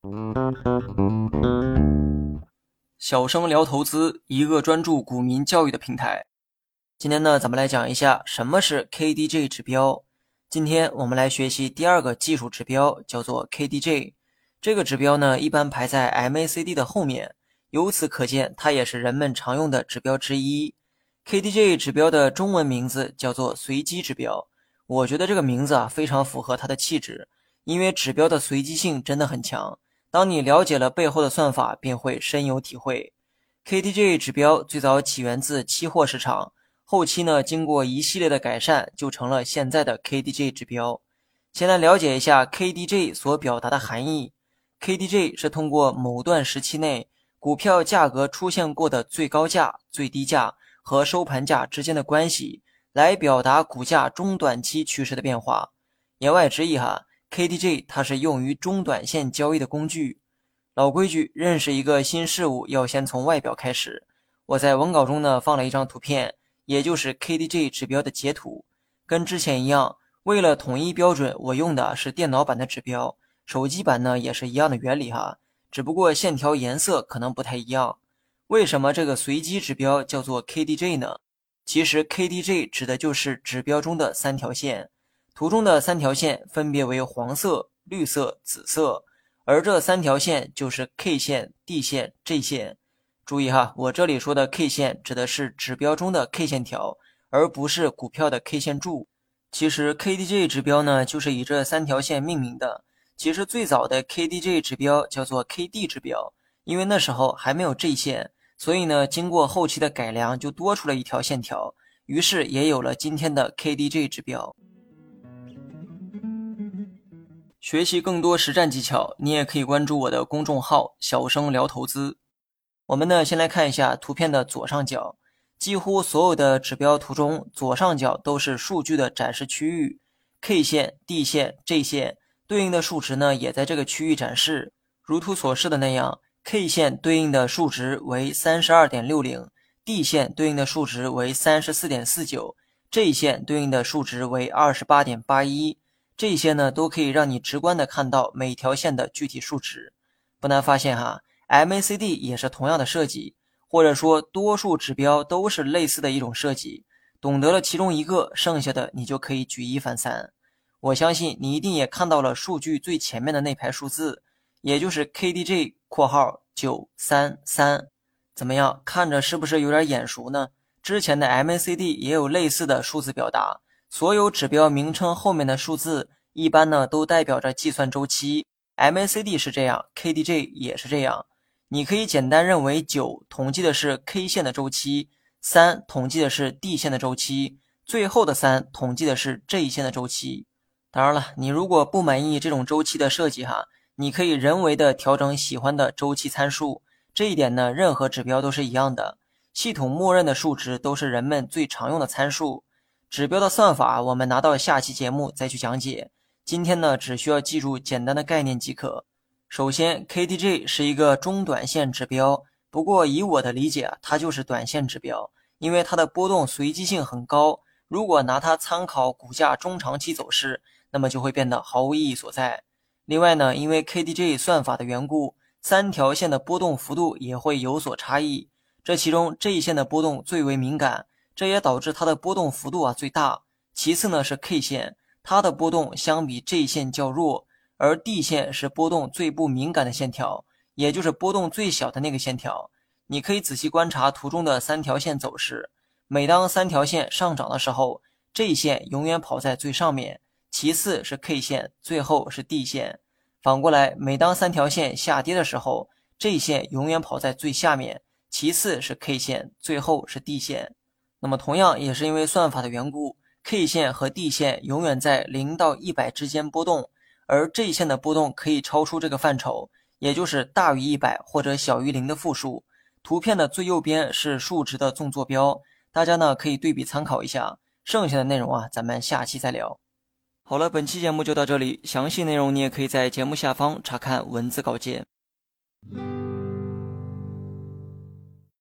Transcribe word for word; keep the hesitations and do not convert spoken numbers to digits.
小生聊投资，一个专注股民教育的平台。今天呢，咱们来讲一下什么是 K D J 指标。今天我们来学习第二个技术指标，叫做 K D J。这个指标呢，一般排在 M A C D 的后面，由此可见，它也是人们常用的指标之一。K D J 指标的中文名字叫做随机指标。我觉得这个名字啊，非常符合它的气质，因为指标的随机性真的很强。当你了解了背后的算法，便会深有体会。K D J 指标最早起源自期货市场，后期呢，经过一系列的改善，就成了现在的 K D J 指标。先来了解一下 K D J 所表达的含义。K D J 是通过某段时期内股票价格出现过的最高价、最低价和收盘价之间的关系，来表达股价中短期趋势的变化。言外之意哈，K D J 它是用于中短线交易的工具。老规矩，认识一个新事物要先从外表开始。我在文稿中呢放了一张图片，也就是 K D J 指标的截图。跟之前一样，为了统一标准，我用的是电脑版的指标，手机版呢也是一样的原理哈，只不过线条颜色可能不太一样。为什么这个随机指标叫做 K D J 呢？其实 K D J 指的就是指标中的三条线，图中的三条线分别为黄色、绿色、紫色。而这三条线就是 K 线、D 线、J 线。注意哈，我这里说的 K 线指的是指标中的 K 线条，而不是股票的 K 线柱。其实 K D J 指标呢，就是以这三条线命名的。其实最早的 K D J 指标叫做 K D 指标，因为那时候还没有 J 线，所以呢，经过后期的改良，就多出了一条线条，于是也有了今天的 K D J 指标。学习更多实战技巧，你也可以关注我的公众号小生聊投资。我们呢，先来看一下图片的左上角，几乎所有的指标图中，左上角都是数据的展示区域， K 线、D 线、J 线对应的数值呢，也在这个区域展示。如图所示的那样， K 线对应的数值为 三十二点六零， D 线对应的数值为 三十四点四九， J 线对应的数值为 二十八点八一。这些呢都可以让你直观的看到每条线的具体数值。不难发现哈 M A C D 也是同样的设计，或者说多数指标都是类似的一种设计。懂得了其中一个，剩下的你就可以举一反三。我相信你一定也看到了数据最前面的那排数字，也就是 K D J 括号九三三。怎么样，看着是不是有点眼熟呢？之前的 M A C D 也有类似的数字表达。所有指标名称后面的数字一般呢都代表着计算周期， M A C D 是这样， K D J 也是这样。你可以简单认为九统计的是 K 线的周期，三统计的是 D 线的周期，最后的三统计的是 J 线的周期。当然了，你如果不满意这种周期的设计哈，你可以人为的调整喜欢的周期参数，这一点呢任何指标都是一样的，系统默认的数值都是人们最常用的参数。指标的算法我们拿到下期节目再去讲解，今天呢只需要记住简单的概念即可。首先 K D J 是一个中短线指标，不过以我的理解它就是短线指标，因为它的波动随机性很高，如果拿它参考股价中长期走势，那么就会变得毫无意义所在。另外呢，因为 K D J 算法的缘故，三条线的波动幅度也会有所差异，这其中 J 线的波动最为敏感，这也导致它的波动幅度啊最大。其次呢是 K 线，它的波动相比 J 线较弱，而 D 线是波动最不敏感的线条，也就是波动最小的那个线条。你可以仔细观察图中的三条线走势，每当三条线上涨的时候， J 线永远跑在最上面，其次是 K 线，最后是 D 线。反过来，每当三条线下跌的时候， J 线永远跑在最下面，其次是 K 线，最后是 D 线。那么同样也是因为算法的缘故， K 线和 D 线永远在零到一百之间波动，而 J 线的波动可以超出这个范畴，也就是大于一百或者小于零的负数。图片的最右边是数值的纵坐标，大家呢可以对比参考一下，剩下的内容啊咱们下期再聊。好了，本期节目就到这里，详细内容你也可以在节目下方查看文字稿件。